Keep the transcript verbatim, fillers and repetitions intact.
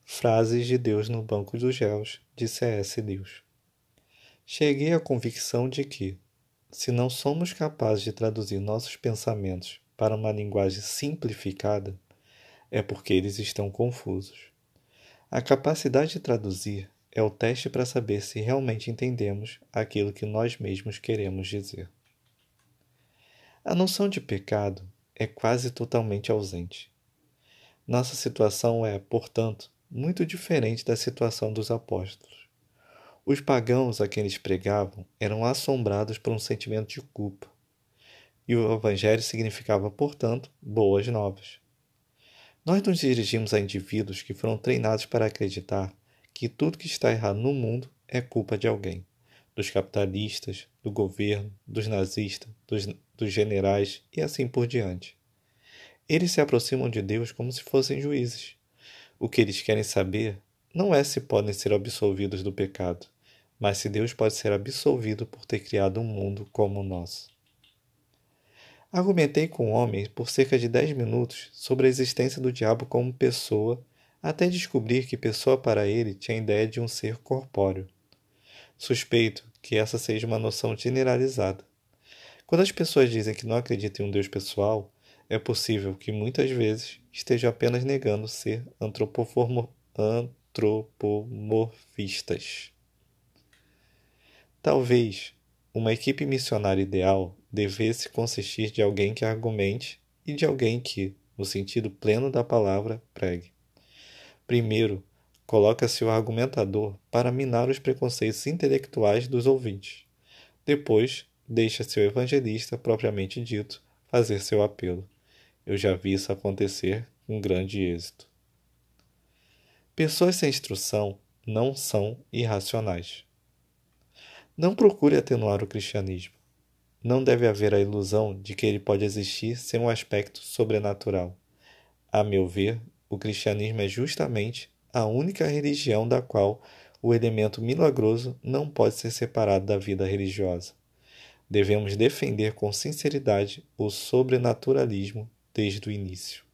Frases de Deus no Banco dos Réus, de C S. Lewis. Cheguei à convicção de que, se não somos capazes de traduzir nossos pensamentos para uma linguagem simplificada, é porque eles estão confusos. A capacidade de traduzir é o teste para saber se realmente entendemos aquilo que nós mesmos queremos dizer. A noção de pecado é quase totalmente ausente. Nossa situação é, portanto, muito diferente da situação dos apóstolos. Os pagãos a quem eles pregavam eram assombrados por um sentimento de culpa, e o Evangelho significava, portanto, boas novas. Nós nos dirigimos a indivíduos que foram treinados para acreditar que tudo que está errado no mundo é culpa de alguém, dos capitalistas, do governo, dos nazistas, dos, dos generais e assim por diante. Eles se aproximam de Deus como se fossem juízes. O que eles querem saber não é se podem ser absolvidos do pecado, mas se Deus pode ser absolvido por ter criado um mundo como o nosso. Argumentei com o homem por cerca de dez minutos sobre a existência do diabo como pessoa, até descobrir que pessoa para ele tinha a ideia de um ser corpóreo. Suspeito que essa seja uma noção generalizada. Quando as pessoas dizem que não acreditam em um Deus pessoal, é possível que muitas vezes estejam apenas negando ser antropomorfistas. Talvez uma equipe missionária ideal devesse consistir de alguém que argumente e de alguém que, no sentido pleno da palavra, pregue. Primeiro, coloca-se o argumentador para minar os preconceitos intelectuais dos ouvintes. Depois, deixa-se o evangelista, propriamente dito, fazer seu apelo. Eu já vi isso acontecer com grande êxito. Pessoas sem instrução não são irracionais. Não procure atenuar o cristianismo. Não deve haver a ilusão de que ele pode existir sem um aspecto sobrenatural. A meu ver, o cristianismo é justamente a única religião da qual o elemento milagroso não pode ser separado da vida religiosa. Devemos defender com sinceridade o sobrenaturalismo desde o início.